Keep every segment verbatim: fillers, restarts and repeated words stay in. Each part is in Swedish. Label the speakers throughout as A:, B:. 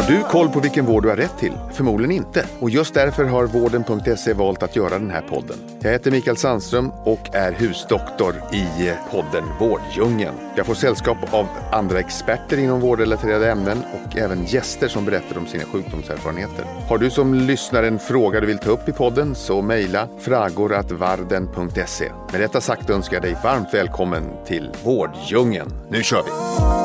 A: du koll på vilken vård du har rätt till? Förmodligen inte. Och just därför har vården punkt se valt att göra den här podden. Jag heter Mikael Sandström och är husdoktor i podden Vårdjungeln. Jag får sällskap av andra experter inom vårdrelaterade ämnen och även gäster som berättar om sina sjukdomserfarenheter. Har du som lyssnar en fråga du vill ta upp i podden så mejla fragor at varden punkt se. Med detta sagt önskar jag dig varmt välkommen till Vårdjungeln. Nu kör vi!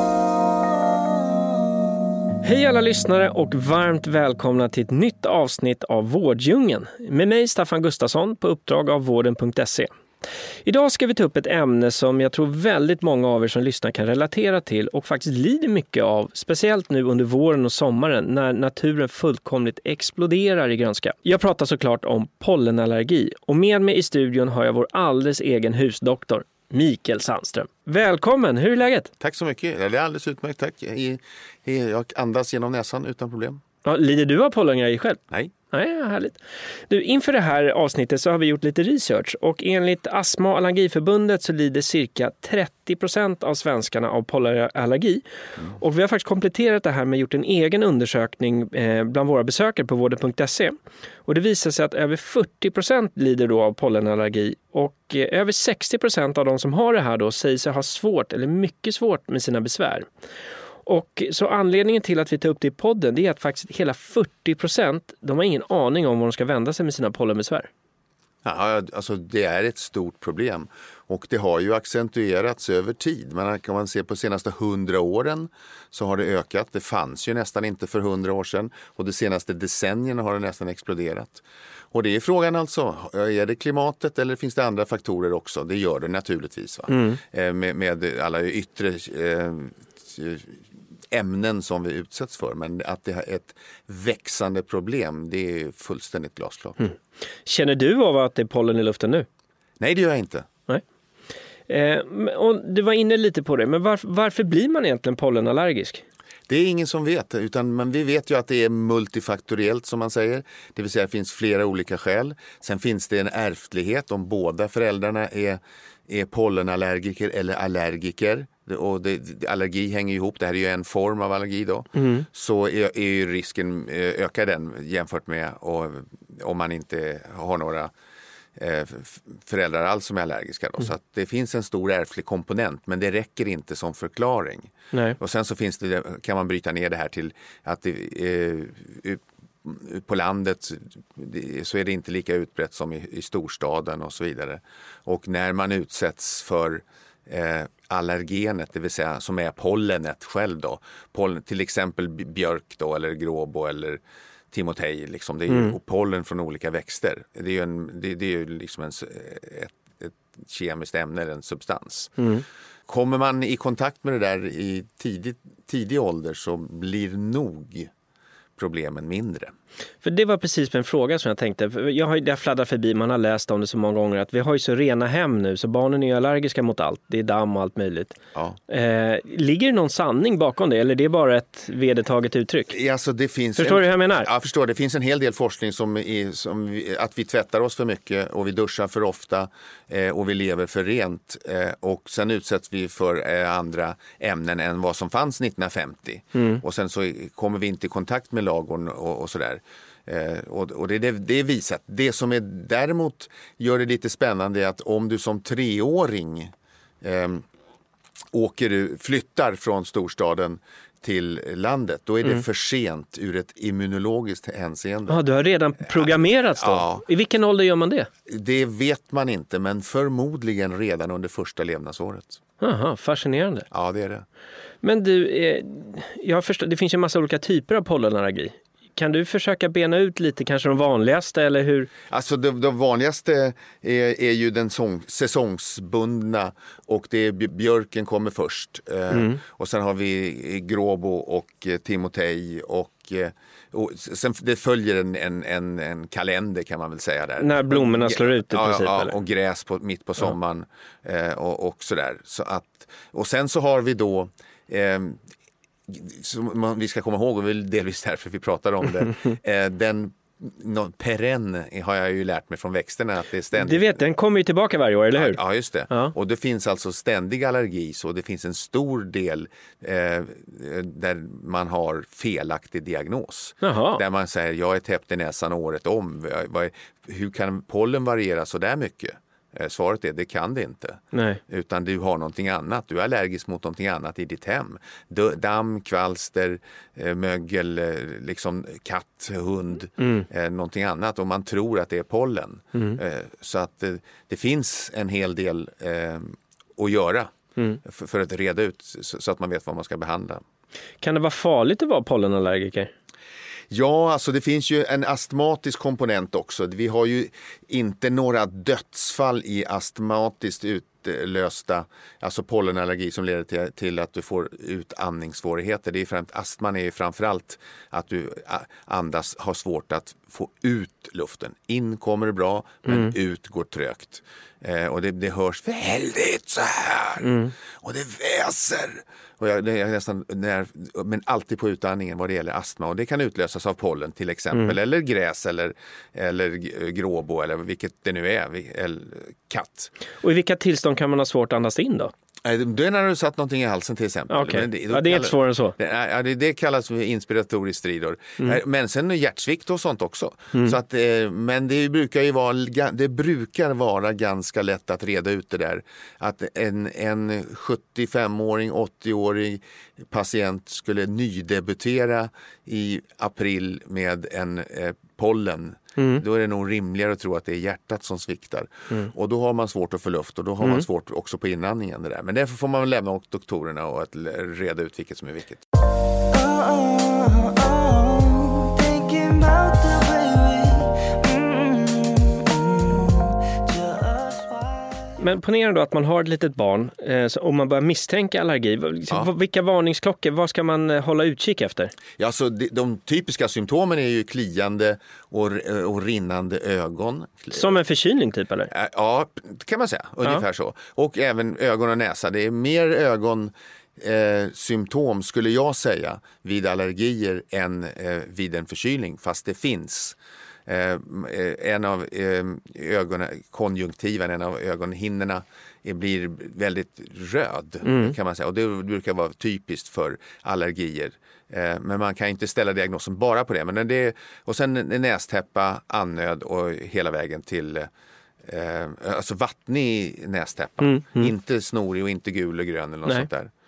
B: Hej alla lyssnare och varmt välkomna till ett nytt avsnitt av Vårdjungeln med mig Staffan Gustafsson på uppdrag av vården punkt se. Idag ska vi ta upp ett ämne som jag tror väldigt många av er som lyssnar kan relatera till och faktiskt lider mycket av, speciellt nu under våren och sommaren när naturen fullkomligt exploderar i grönska. Jag pratar såklart om pollenallergi och med mig i studion har jag vår alldeles egen husdoktor, Mikael Sandström. Välkommen, hur är läget?
A: Tack så mycket, det är alldeles utmärkt, tack. Jag andas genom näsan utan problem.
B: Ja, lider du av pollenallergi själv?
A: Nej.
B: Nej, härligt. Du, inför det här avsnittet så har vi gjort lite research och enligt Astma- och allergiförbundet så lider cirka trettio procent av svenskarna av pollenallergi. Mm. Och vi har faktiskt kompletterat det här med gjort en egen undersökning eh, bland våra besökare på vården punkt se. Och det visar sig att över fyrtio procent lider då av pollenallergi och eh, över sextio procent av de som har det här då säger sig ha svårt eller mycket svårt med sina besvär. Och så anledningen till att vi tar upp det i podden det är att faktiskt hela fyrtio procent de har ingen aning om var de ska vända sig med sina pollenbesvär.
A: Ja, alltså det är ett stort problem och det har ju accentuerats över tid. Men kan man se på de senaste hundra åren så har det ökat. Det fanns ju nästan inte för hundra år sedan och de senaste decennierna har det nästan exploderat. Och det är frågan alltså, är det klimatet eller finns det andra faktorer också? Det gör det naturligtvis va? Mm. Eh, med, med alla yttre eh, ämnen som vi utsätts för, men att det är ett växande problem, det är fullständigt glasklart. Mm.
B: Känner du av att det är pollen i luften nu?
A: Nej, det gör jag inte.
B: Nej. Eh, och du var inne lite på det, men varför, varför blir man egentligen pollenallergisk?
A: Det är ingen som vet, utan men vi vet ju att det är multifaktoriellt som man säger. Det vill säga det finns flera olika skäl. Sen finns det en ärftlighet om båda föräldrarna är, är pollenallergiker eller allergiker. Och det, allergi hänger ihop, det här är ju en form av allergi då. Mm. Så är, är ju risken, ökar den jämfört med och, om man inte har några föräldrar alls som är allergiska då. Mm. Så att det finns en stor ärftlig komponent, men det räcker inte som förklaring. Nej. Och sen så finns det, kan man bryta ner det här till att det, eh, på landet så är det inte lika utbrett som i, i storstaden och så vidare. Och när man utsätts för eh, allergenet, det vill säga som är pollenet själv då, pollen, till exempel björk då eller gråbo eller timotej, liksom. Det är ju mm. pollen från olika växter. Det är ju, en, det, det är ju liksom en, ett, ett kemiskt ämne eller en substans. Mm. Kommer man i kontakt med det där i tidig, tidig ålder så blir nog problemen mindre.
B: För det var precis en fråga som jag tänkte. Jag har jag fladdrat förbi, man har läst om det så många gånger att vi har ju så rena hem nu så barnen är ju allergiska mot allt. Det är damm och allt möjligt. Ja. Eh, ligger det någon sanning bakom det eller är det bara ett vedertaget uttryck?
A: Alltså, det finns
B: förstår
A: en,
B: du hur jag menar?
A: Ja, jag förstår. Det finns en hel del forskning som, är, som vi, att vi tvättar oss för mycket och vi duschar för ofta eh, och vi lever för rent. Eh, och sen utsätts vi för eh, andra ämnen än vad som fanns nittonhundrafemtio. Mm. Och sen så kommer vi inte i kontakt med lagorn och, och sådär. Eh, och, och det, det, det är visat. Det som är däremot gör det lite spännande är att om du som treåring eh, åker du, flyttar från storstaden till landet, då är det mm. för sent ur ett immunologiskt hänseende.
B: Ja, du har redan programmerats då? Ja. I vilken ålder gör man det?
A: Det vet man inte, men förmodligen redan under första levnadsåret.
B: Aha, fascinerande.
A: Ja, det är det.
B: Men du, eh, jag förstår, det finns ju en massa olika typer av pollenallergi. Kan du försöka bena ut lite kanske de vanligaste eller hur?
A: Alltså de, de vanligaste är, är ju den sång, säsongsbundna och det är björken kommer först. Mm. Eh, och sen har vi gråbo och eh, timotej och, eh, och sen det följer en, en, en, en kalender kan man väl säga där.
B: När blommorna slår ut i
A: ja,
B: princip?
A: Ja,
B: eller?
A: Och gräs på, mitt på sommaren ja. eh, och, och sådär. Så att, och sen så har vi då eh, som man, vi ska komma ihåg, och det är delvis därför vi pratar om det, eh, den no, perenn har jag ju lärt mig från växterna att det är ständigt.
B: Du vet, den kommer ju tillbaka varje år, eller hur?
A: Ja, just det. Ja. Och det finns alltså ständig allergi, så det finns en stor del eh, där man har felaktig diagnos.
B: Jaha.
A: Där man säger, jag är täppt i näsan året om. Hur kan pollen variera så där mycket? Svaret är, det kan det inte.
B: Nej. Utan
A: du har någonting annat. Du är allergisk mot någonting annat i ditt hem. Damm, kvalster, mögel, liksom katt, hund, mm. eh, någonting annat. Och man tror att det är pollen. Mm. Eh, så att eh, det finns en hel del eh, att göra mm. för, för att reda ut så, så att man vet vad man ska behandla.
B: Kan det vara farligt att vara pollenallergiker?
A: Ja, alltså det finns ju en astmatisk komponent också. Vi har ju inte några dödsfall i astmatiskt utlösta, alltså pollenallergi som leder till, till att du får utandningssvårigheter. Det är främst, astman är ju framförallt att du andas, har svårt att få ut luften. In kommer det bra, men mm. ut går trögt. Eh, och det, det hörs väldigt så här. Mm. Och det väser. Och jag, det är nästan, när, men alltid på utandningen vad det gäller astma. Och det kan utlösas av pollen till exempel. Mm. Eller gräs eller, eller gråbo eller vilket det nu är. Eller katt.
B: Och i vilka tillstånd kan man ha svårt att andas in då?
A: Det är när du satt någonting i halsen till exempel.
B: Okay.
A: Men det,
B: ja, det är inte svårare än så.
A: Det, ja, det, det kallas för inspiratorisk stridor. Mm. Men sen hjärtsvikt och sånt också. Mm. Så att, men det brukar ju vara, det brukar vara ganska lätt att reda ut det där. Att en, en sjuttiofemåring, åttioårig patient skulle nydebutera i april med en eh, pollen. Mm. Då är det nog rimligare att tro att det är hjärtat som sviktar. Mm. Och då har man svårt att få luft och då har mm. man svårt också på inandningen. Det där. Men därför får man väl lämna åt doktorerna och att reda ut vilket som är vilket.
B: Men ponera då att man har ett litet barn eh, och man börjar misstänka allergi. Ja. Vilka varningsklockor, vad ska man hålla utkik efter?
A: Ja, så de, de typiska symptomen är ju kliande och, och rinnande ögon.
B: Som en förkylning typ eller?
A: Ja, kan man säga. Ungefär ja. så. Och även ögon och näsa. Det är mer ögon... Eh, symptom skulle jag säga vid allergier än eh, vid en förkylning, fast det finns. Eh, en av eh, ögonen, konjunktiven, en av ögonhinnorna är, blir väldigt röd mm. kan man säga. Och det brukar vara typiskt för allergier. Eh, men man kan inte ställa diagnosen bara på det. Men det och sen nästäppa, andnöd och hela vägen till eh, alltså vattnig nästäppa. Mm. Mm. Inte snorig och inte gul och grön eller något Nej. sånt där.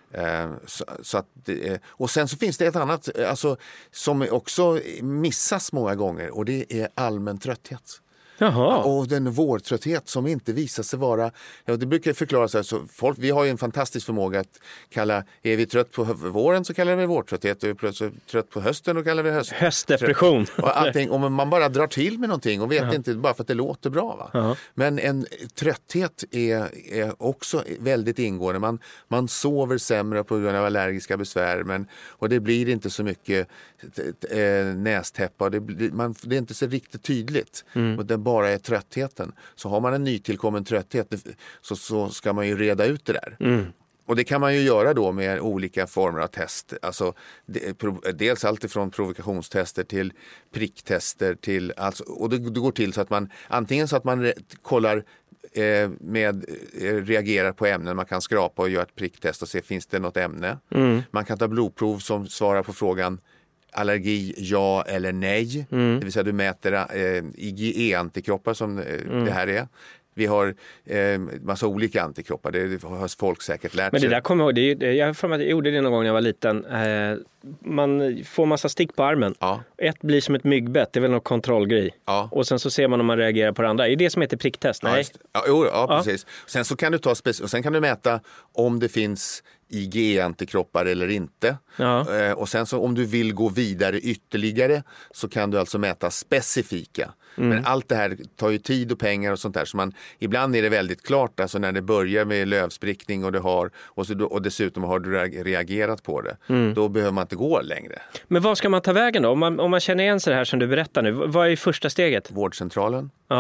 A: Så, så att, och sen så finns det ett annat alltså, som också missas många gånger och det är allmän trötthet.
B: Jaha.
A: Och den vårtrötthet som inte visar sig vara, ja, det brukar förklara sig så folk, vi har ju en fantastisk förmåga att kalla, är vi trött på våren så kallar vi vårtrötthet, är vi plötsligt trött på hösten och kallar vi höst.
B: Höstdepression.
A: Och allting, om man bara drar till med någonting och vet Jaha. inte, bara för att det låter bra va. Jaha. Men en trötthet är, är också väldigt ingående, man, man sover sämre på grund av allergiska besvär men, och det blir inte så mycket äh, nästäppa, det, man, det är inte så riktigt tydligt mm. och den bara är tröttheten. Så har man en nytillkommen trötthet så, så ska man ju reda ut det där. Mm. Och det kan man ju göra då med olika former av test. Alltså, dels allt ifrån provokationstester till pricktester till, alltså, och det, det går till så att man antingen så att man re, kollar eh, med eh, reagerar på ämnen, man kan skrapa och göra ett pricktest och se finns det något ämne. Mm. Man kan ta blodprov som svarar på frågan allergi, ja eller nej. Mm. Det vill säga du mäter eh, I G E-antikroppar som eh, mm. det här är. Vi har eh, massa olika antikroppar. Det har folk säkert lärt sig.
B: Men det där kommer jag ihåg. Det, jag har för mig att jag gjorde det någon gång när jag var liten. Eh, man får massa stick på armen. Ja. Ett blir som ett myggbett. Det är väl någon kontrollgrej. Ja. Och sen så ser man om man reagerar på det andra. Är det som heter pricktest? Nej.
A: Ja, ja, jo, ja, ja, precis. Sen så kan du ta spec- och sen kan du mäta om det finns I G E-antikroppar eller inte. Ja. Eh, och sen så om du vill gå vidare ytterligare så kan du alltså mäta specifika. Mm. Men allt det här tar ju tid och pengar och sånt där. Så man, ibland är det väldigt klart alltså när det börjar med lövsprickning och, det har, och, så, och dessutom har du reagerat på det. Mm. Då behöver man inte gå längre.
B: Men vad ska man ta vägen då? Om man, om man känner igen sig det här som du berättar nu, vad är första steget?
A: Vårdcentralen.
B: Ja.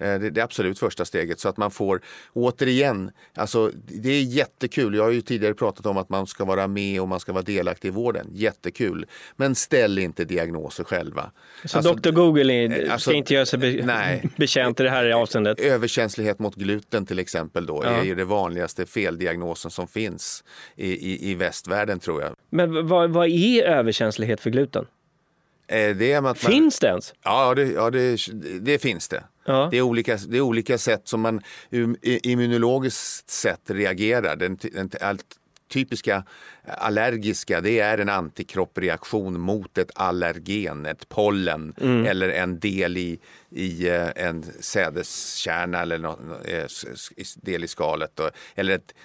A: Det, det är absolut första steget, så att man får återigen, alltså det är jättekul. Jag har ju tidigare pratat om att man ska vara med och man ska vara delaktig i vården. Jättekul. Men ställ inte diagnoser själva.
B: Så
A: alltså,
B: doktor Google är,
A: alltså,
B: ska inte göra sig be,
A: nej.
B: bekänt i det här avseendet?
A: Överkänslighet mot gluten till exempel då, ja. är ju det vanligaste feldiagnosen som finns i, i, i västvärlden, tror jag.
B: Men vad, vad är överkänslighet för gluten?
A: Det är man,
B: finns det ens?
A: Ja, det, ja det, det finns det. Ja. Det, är olika, det är olika sätt som man immunologiskt sett reagerar. Den, den, allt typiska allergiska, det är en antikroppreaktion mot ett allergen, ett pollen mm. eller en del i, i en sädeskärna eller någon del i skalet, eller ett,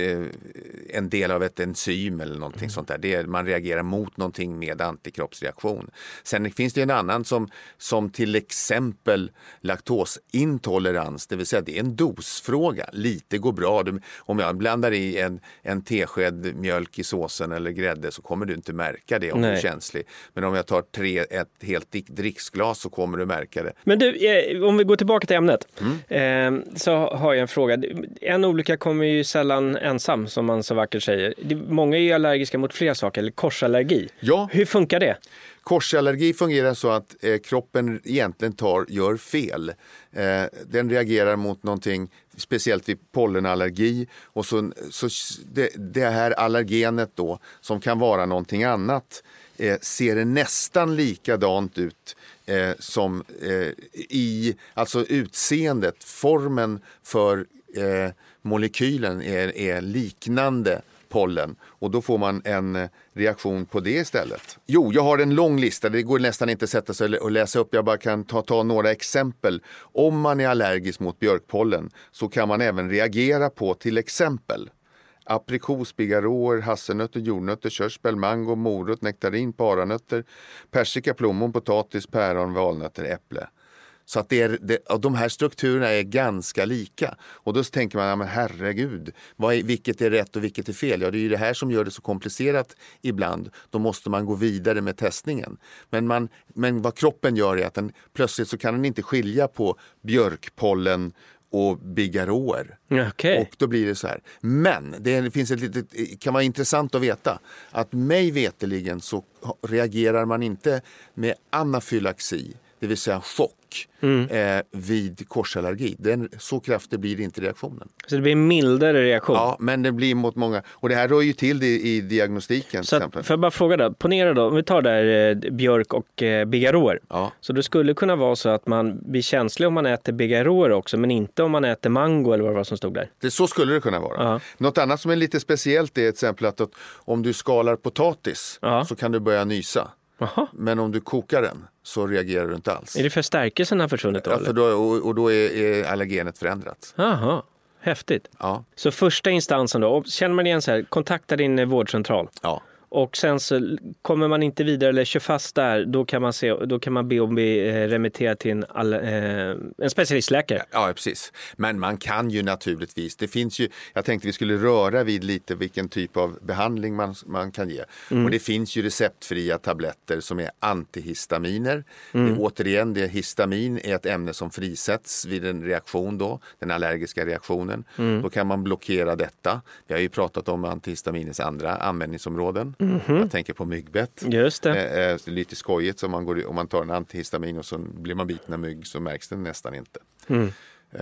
A: en del av ett enzym eller någonting mm. sånt där. Det är, man reagerar mot någonting med antikroppsreaktion. Sen finns det en annan som, som till exempel laktosintolerans, det vill säga det är en dosfråga. Lite går bra. Om jag blandar i en, en tesked mjölk i såsen eller grädde så kommer du inte märka det om Nej. du är känslig. Men om jag tar tre, ett helt dricksglas så kommer du märka det.
B: Men du, om vi går tillbaka till ämnet mm. eh, så har jag en fråga. En olycka kommer ju sällan ensam, som man så vackert säger. Många är ju allergiska mot flera saker, eller korsallergi.
A: Ja.
B: Hur funkar det?
A: Korsallergi fungerar så att eh, kroppen egentligen tar, gör fel. Eh, den reagerar mot någonting, speciellt vid pollenallergi. Och så, så det, det här allergenet då, som kan vara någonting annat, eh, ser nästan likadant ut eh, som eh, i, alltså utseendet, formen för eh, molekylen är, är liknande pollen, och då får man en reaktion på det istället. Jo, jag har en lång lista, det går nästan inte att sätta sig och läsa upp, jag bara kan ta, ta några exempel. Om man är allergisk mot björkpollen så kan man även reagera på till exempel aprikos, bigarråer, hasselnötter, jordnötter, körsbär, mango, morot, nektarin, paranötter, persika, plommon, potatis, päron, valnötter, äpple. Så att det är, det, och de här strukturerna är ganska lika. Och då tänker man, ja, men herregud, vad är, vilket är rätt och vilket är fel? Ja, det är ju det här som gör det så komplicerat ibland. Då måste man gå vidare med testningen. Men, man, men vad kroppen gör är att den, plötsligt så kan den inte skilja på björkpollen och bigarråer.
B: Okay.
A: Och då blir det så här. Men det finns ett litet, kan vara intressant att veta att mig veteligen så reagerar man inte med anafylaxi, det vill säga chock, mm. eh, vid korsallergi. Den, så kraftig blir inte reaktionen. Så
B: det blir en mildare reaktion?
A: Ja, men det blir mot många. Och det här rör ju till det i diagnostiken.
B: Så att, för jag bara fråga då, ponera då, om vi tar där eh, björk och eh, bigarråer. Ja. Så det skulle kunna vara så att man blir känslig om man äter bigarråer också, men inte om man äter mango eller vad det var som stod där.
A: Det, så skulle det kunna vara. Ja. Något annat som är lite speciellt är till exempel att, att om du skalar potatis ja. så kan du börja nysa. Aha. Men om du kokar den så reagerar du inte alls.
B: Är det för stärkelsen har försvunnit då?
A: Ja, för då och, och då är, är allergenet förändrat.
B: Jaha, häftigt. Ja. Så första instansen då, känner man igen så här, kontakta din vårdcentral. Ja. Och sen så kommer man inte vidare eller kör fast där, då kan man, se, då kan man be om bli remitterad till en, all, eh, en specialistläkare.
A: Ja, precis. Men man kan ju naturligtvis, det finns ju, jag tänkte vi skulle röra vid lite vilken typ av behandling man, man kan ge. Mm. Och det finns ju receptfria tabletter som är antihistaminer. Mm. Det, återigen, det, histamin är ett ämne som frisätts vid en reaktion då, den allergiska reaktionen. Mm. Då kan man blockera detta. Vi har ju pratat om antihistaminens andra användningsområden. Mm-hmm. Jag tänker på myggbett. Just det. Eh, eh, lite skojigt, så man går, om man tar en antihistamin och så blir man biten av mygg så märks den nästan inte. Mm.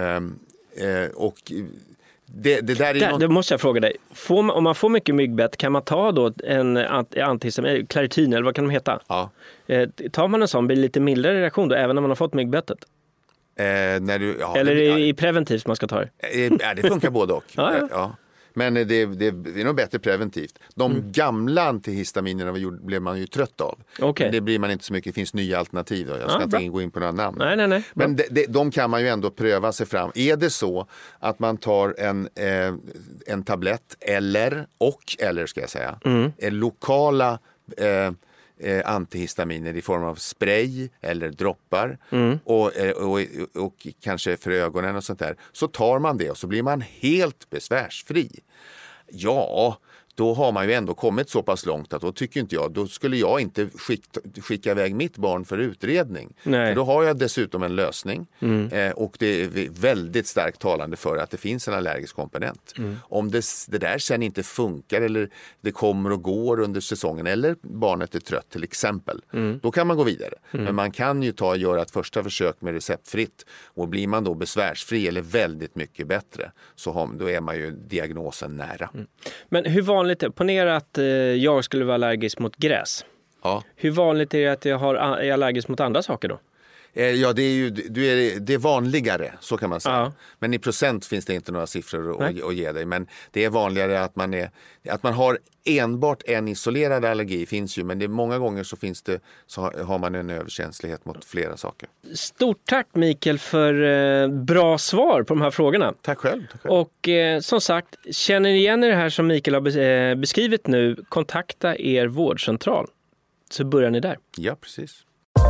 A: Eh, eh, och det, det där är
B: där,
A: någon...
B: Det måste jag fråga dig. Får man, om man får mycket myggbett, kan man ta då en antihistamin, klaritin eller vad kan de heta? Ja. Eh, tar man en sån, blir det lite mildare reaktion då, även om man har fått myggbettet?
A: Eh, när du, ja,
B: eller
A: det,
B: är det i preventivt man ska ta det?
A: Eh, det funkar både och. ja, ja. Ja. Men det, det, det är nog bättre preventivt. De mm. gamla antihistaminerna blev man ju trött av. Okay. Men det blir man inte så mycket. Det finns nya alternativ. Då. Jag ska ja, inte bra. gå in på några namn.
B: Nej, nej, nej.
A: Men de, de, de kan man ju ändå pröva sig fram. Är det så att man tar en, eh, en tablett eller, och eller ska jag säga, mm. lokala eh, Eh, antihistaminer i form av spray eller droppar mm. och, och, och, och kanske för ögonen och sånt där, så tar man det och så blir man helt besvärsfri. Ja, då har man ju ändå kommit så pass långt att då tycker inte jag, då skulle jag inte skicka, skicka iväg mitt barn för utredning. För då har jag dessutom en lösning mm. eh, och det är väldigt starkt talande för att det finns en allergisk komponent. Mm. Om det, det där sen inte funkar eller det kommer och går under säsongen eller barnet är trött till exempel, mm. då kan man gå vidare. Mm. Men man kan ju ta och göra ett första försök med receptfritt och blir man då besvärsfri eller väldigt mycket bättre så har, då är man ju diagnosen nära. Mm.
B: Men hur vanligt är, ponera att eh, jag skulle vara allergisk mot gräs. Ja. Hur vanligt är det att jag har, är allergisk mot andra saker då?
A: Ja, det är ju du är, det är vanligare, så kan man säga. Ja. Men i procent finns det inte några siffror att, att ge dig. Men det är vanligare att man, är, att man har enbart en isolerad allergi finns ju. Men det är många gånger så, finns det, så har man en överkänslighet mot flera saker.
B: Stort tack Mikael för eh, bra svar på de här frågorna.
A: Tack själv. Tack själv.
B: Och eh, som sagt, känner ni igen det här som Mikael har be- beskrivit nu, kontakta er vårdcentral. Så börjar ni där.
A: Ja, precis.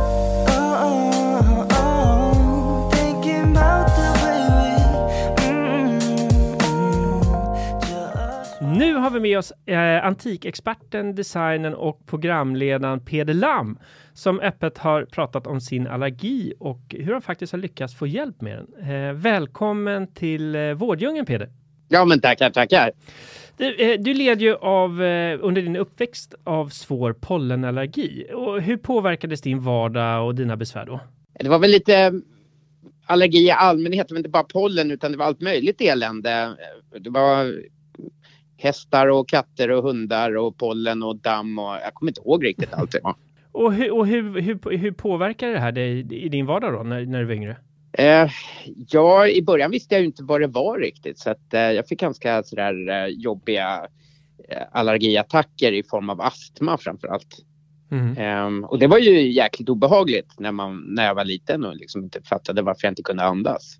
B: Nu har vi med oss eh, antikexperten, designern och programledaren Peder Lam som öppet har pratat om sin allergi och hur han faktiskt har lyckats få hjälp med den. Eh, välkommen till eh, Vårdjungeln, Peder.
C: Ja, men tackar, tackar.
B: Du, eh, du led ju av, eh, under din uppväxt av svår pollenallergi. Och hur påverkades din vardag och dina besvär då?
C: Det var väl lite allergi i allmänhet, men inte bara pollen utan det var allt möjligt elände. Det var hästar och katter och hundar och pollen och damm och jag kommer inte ihåg riktigt allt det var.
B: Och, hur, och hur, hur, hur påverkar det här dig i din vardag då när, när du var yngre?
C: Eh, ja, i början visste jag ju inte vad det var riktigt så att eh, jag fick ganska sådär eh, jobbiga eh, allergiattacker i form av astma framförallt. Mm. Eh, och det var ju jäkligt obehagligt när, man, när jag var liten och liksom inte fattade varför jag inte kunde andas.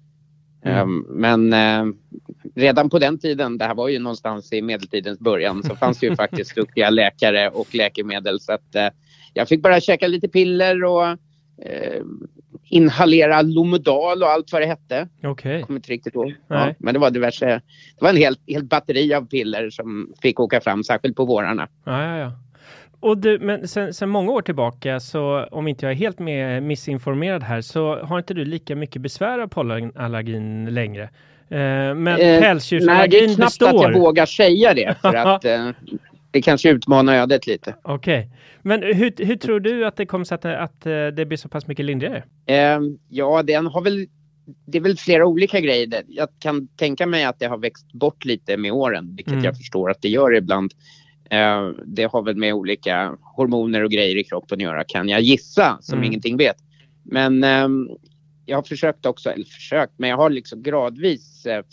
C: Mm. Men eh, redan på den tiden, det här var ju någonstans i medeltidens början, så fanns det ju faktiskt duktiga läkare och läkemedel. Så att eh, jag fick bara käka lite piller och eh, inhalera Lomedal och allt vad det hette.
B: Okej. Okay.
C: Jag kommer inte riktigt ihåg. Ja, men det var diverse, det var en helt, helt batteri av piller som fick åka fram, särskilt på vårarna.
B: Ja, ja, ja. Och du, men sen, sen många år tillbaka, så om inte jag är helt med missinformerad här, så har inte du lika mycket besvär av pollenallergin längre. Eh, men eh, pälsdjursallergin består. Nej, det är knappt
C: består. Att jag vågar säga det, för att eh, det kanske utmanar ödet lite.
B: Okej. Okay. Men hur, hur tror du att det kommer sig att, att det blir så pass mycket lindrigare?
C: Eh, ja, den har väl, det är väl flera olika grejer. Jag kan tänka mig att det har växt bort lite med åren, vilket mm. jag förstår att det gör ibland. Uh, det har väl med olika hormoner och grejer i kroppen att göra, kan jag gissa, som mm. ingenting vet. Men um, jag har försökt också, eller försökt, men jag har liksom gradvis uh,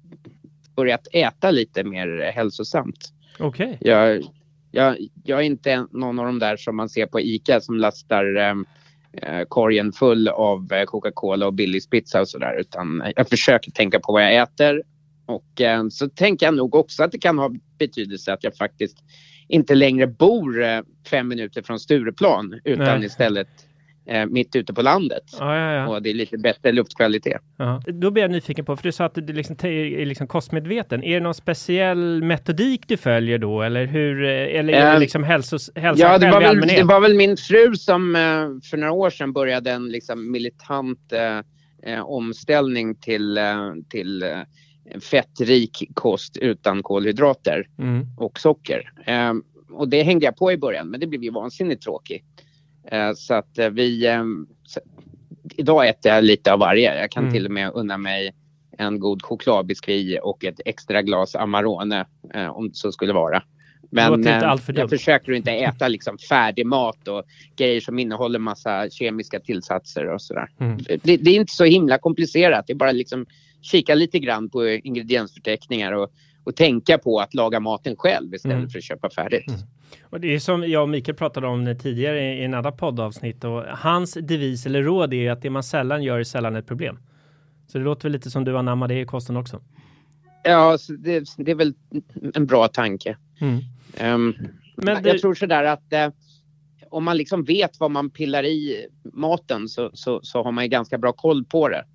C: börjat äta lite mer hälsosamt.
B: Okej. Okay.
C: Jag, jag, jag är inte någon av de där som man ser på ICA som lastar um, uh, korgen full av uh, Coca-Cola och Billys pizza och sådär, utan jag försöker tänka på vad jag äter. Och eh, så tänker jag nog också att det kan ha betydelse att jag faktiskt inte längre bor eh, fem minuter från Stureplan utan Nej. istället eh, mitt ute på landet.
B: Ja, ja, ja.
C: Och det är lite bättre luftkvalitet.
B: Ja. Då blir jag nyfiken på, för du sa att du liksom är liksom kostmedveten. Är det någon speciell metodik du följer då? Eller, hur, eller är det liksom hälsos, hälsa
C: ja, det var,
B: väl,
C: det var väl min fru som eh, för några år sedan började en liksom militant eh, omställning till, eh, till eh, fettrik kost utan kolhydrater mm. och socker. Eh, och det hängde jag på i början, men det blev ju vansinnigt tråkigt. Eh, så att eh, vi... Eh, så, idag äter jag lite av varje. Jag kan mm. till och med unna mig en god chokladbiskvi och ett extra glas Amarone, eh, om det så skulle vara. Men eh, jag försöker inte äta liksom färdig mat och grejer som innehåller massa kemiska tillsatser och sådär. Mm. Det, det är inte så himla komplicerat. Det är bara liksom kika lite grann på ingrediensförteckningar och, och tänka på att laga maten själv istället mm. för att köpa färdigt. Mm.
B: Och det är som jag och Mikael pratade om tidigare i en annan poddavsnitt, och hans devis eller råd är att det man sällan gör är sällan ett problem. Så det låter väl lite som du anammar det i kosten också.
C: Ja, det, det är väl en bra tanke. Mm. Um, Men det... Jag tror sådär att eh, om man liksom vet vad man pillar i maten så, så, så har man ju ganska bra koll på det.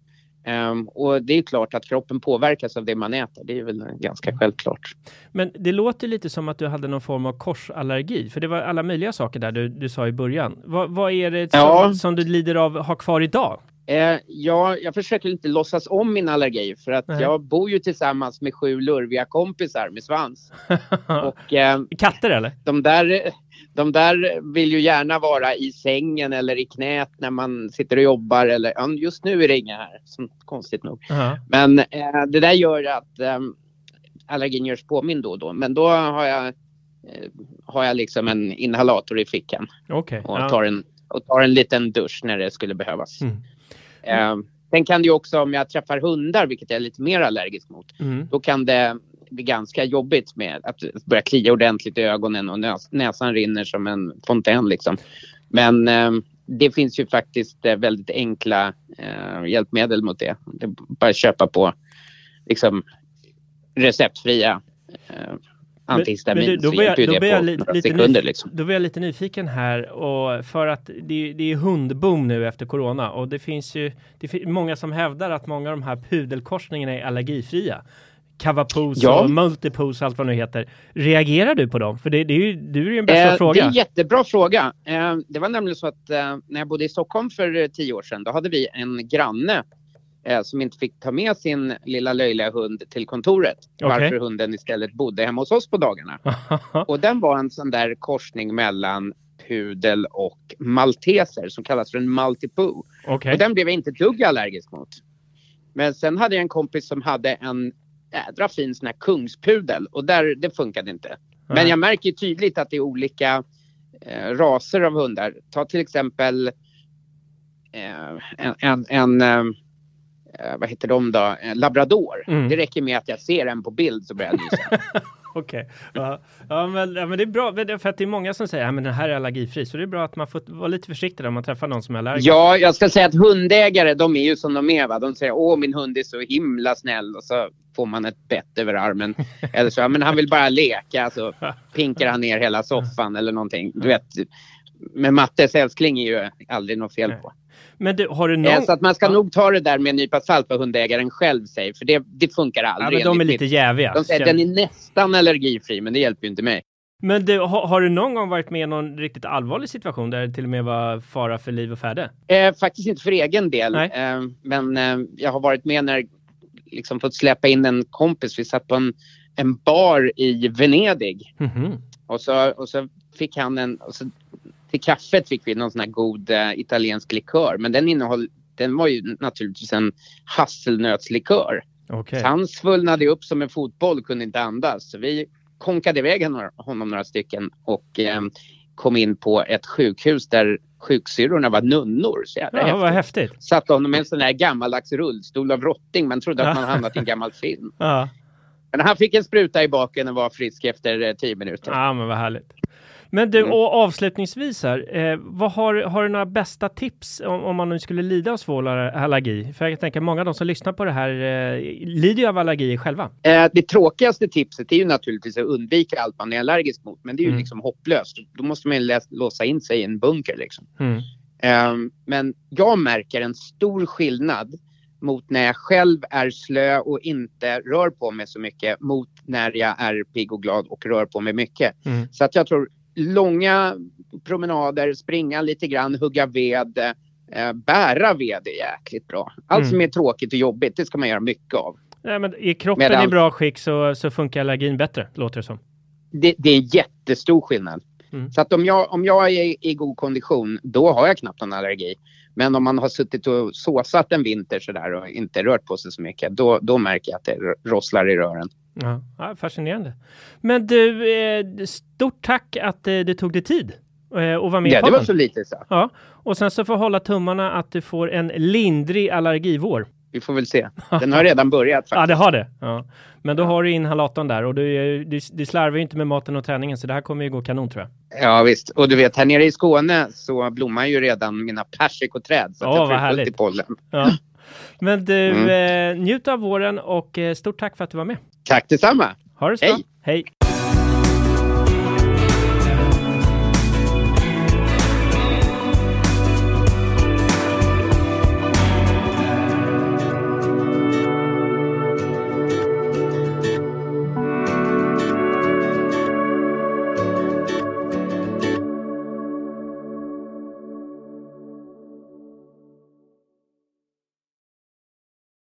C: Um, och det är klart att kroppen påverkas av det man äter. Det är väl ganska självklart.
B: Men det låter lite som att du hade någon form av korsallergi. För det var alla möjliga saker där du, du sa i början. Va, vad är det som,
C: ja.
B: som du lider av har kvar idag?
C: Eh, ja, jag försöker inte låtsas om min allergi. För att Nej. jag bor ju tillsammans med sju lurviga kompisar med svans. och, eh,
B: Katter eller?
C: De där... De där vill ju gärna vara i sängen eller i knät när man sitter och jobbar. Eller, ja, just nu är det inga här, som konstigt nog. Uh-huh. Men eh, det där gör att eh, allergin görs påminn då och då. Men då har jag, eh, har jag liksom en inhalator i fickan.
B: Okay.
C: Och,
B: ja.
C: tar en, och tar en liten dusch när det skulle behövas. Mm. Eh, sen kan det ju också, om jag träffar hundar, vilket jag är lite mer allergisk mot. Mm. Då kan det... det är ganska jobbigt med att börja klia ordentligt i ögonen och näs- näsan rinner som en fontän liksom. Men eh, det finns ju faktiskt eh, väldigt enkla eh, hjälpmedel mot det. Det är bara att köpa på liksom receptfria eh, antihistamin.
B: Men, men då blir jag, då blir jag li- lite,
C: sekunder, liksom.
B: Då blir jag lite nyfiken här, och för att det, det är hundboom nu efter corona, och det finns ju det finns många som hävdar att många av de här pudelkorsningarna är allergifria. Cavapos ja. och Multipos, allt vad det heter. Reagerar du på dem? För det, det är ju, du är ju en bästa
C: eh,
B: fråga.
C: Det är en jättebra fråga. Eh, det var nämligen så att eh, när jag bodde i Stockholm för eh, tio år sedan, då hade vi en granne eh, som inte fick ta med sin lilla löjliga hund till kontoret. Okay. Varför hunden istället bodde hemma hos oss på dagarna. Och den var en sån där korsning mellan pudel och malteser som kallas för en multipo. Okay. Och den blev jag inte dugg allergisk mot. Men sen hade jag en kompis som hade en ädra fin sån här kungspudel, och där, det funkade inte. Mm. Men jag märker ju tydligt att det är olika eh, raser av hundar. Ta till exempel eh, en, en, en eh, vad heter de då? En labrador. Mm. Det räcker med att jag ser en på bild så börjar jag lysa.
B: Okej. Okay. Ja, ja, men, ja, men det är bra, för att det är många som säger att ja, den här är allergifri, så det är bra att man får vara lite försiktig om man träffar någon som är allergisk.
C: Ja, jag ska säga att hundägare, de är ju som de är, va? De säger, åh, min hund är så himla snäll, och så får man ett bett över armen. Eller så, ja, men han vill bara leka, så pinkar han ner hela soffan eller någonting. Du vet, men Mattes älskling är ju aldrig något fel på.
B: Men du, har du någon...
C: Så att man ska ja. nog ta det där med en nypa salt, vad hundägaren själv säger. För det, det funkar aldrig.
B: Ja, men de är lite jäviga.
C: De säger att den är nästan allergifri, men det hjälper ju inte mig.
B: Men du, har, har du någon gång varit med i någon riktigt allvarlig situation där det till och med var fara för liv och färde?
C: Eh, faktiskt inte för egen del. Eh, men eh, jag har varit med när liksom fått släppa in en kompis. Vi satt på en, en bar i Venedig. Mm-hmm. Och, så, och så fick han en... Och så, till kaffet fick vi någon sån här god uh, italiensk likör. Men den innehåll, den var ju naturligtvis en hasselnötslikör. Okay. Så han svullnade upp som en fotboll och kunde inte andas. Så vi konkade iväg honom några stycken och um, kom in på ett sjukhus där sjuksyrorna var nunnor. Så jävla
B: ja,
C: häftigt.
B: Vad häftigt.
C: Satt honom med en sån här gammaldags rullstol av rotting. Man trodde att man hamnat i en gammal film.
B: Ja.
C: Men han fick en spruta i baken och var frisk efter uh, tio minuter.
B: Ja, men vad härligt. Men du, och avslutningsvis här, eh, vad har, har du några bästa tips om, om man nu skulle lida av svår allergi? För jag tänker många av de som lyssnar på det här eh, lider ju av allergier själva.
C: Eh, det tråkigaste tipset är ju naturligtvis att undvika allt man är allergisk mot. Men det är ju mm. liksom hopplöst. Då måste man ju läs- låsa in sig i en bunker liksom. Mm. Eh, men jag märker en stor skillnad mot när jag själv är slö och inte rör på mig så mycket mot när jag är pigg och glad och rör på mig mycket. Mm. Så att jag tror långa promenader, springa lite grann, hugga ved, eh, bära ved är jäkligt bra. Allt mm. som är tråkigt och jobbigt, det ska man göra mycket av.
B: Ja, men är kroppen Medan, i bra skick så, så funkar allergin bättre, låter det som.
C: Det, det är en jättestor skillnad. Mm. Så att om jag, om jag är i god kondition, då har jag knappt någon allergi. Men om man har suttit och såsat en vinter sådär och inte rört på sig så mycket, då, då märker jag att det rosslar i rören.
B: Ja, ja, fascinerande. Men du, eh, stort tack att eh, du tog dig tid eh, och var med.
C: Ja, det var så lite så.
B: Ja, och sen så får hålla tummarna att du får en lindrig allergivår.
C: Vi får väl se. Den har redan börjat faktiskt.
B: Ja, det har det. Ja. Men då ja. har du inhalatorn där och du, du, du slarvar ju inte med maten och träningen, så det här kommer ju gå kanon, tror jag.
C: Ja, visst. Och du vet, här nere i Skåne så blommar ju redan mina persikoträd. Så
B: ja,
C: att jag får fullt i pollen.
B: Ja. Men du, mm. eh, njut av våren och eh, stort tack för att du var med.
C: Tack detsamma.
B: Ha det så.
C: Hej.
B: Hej.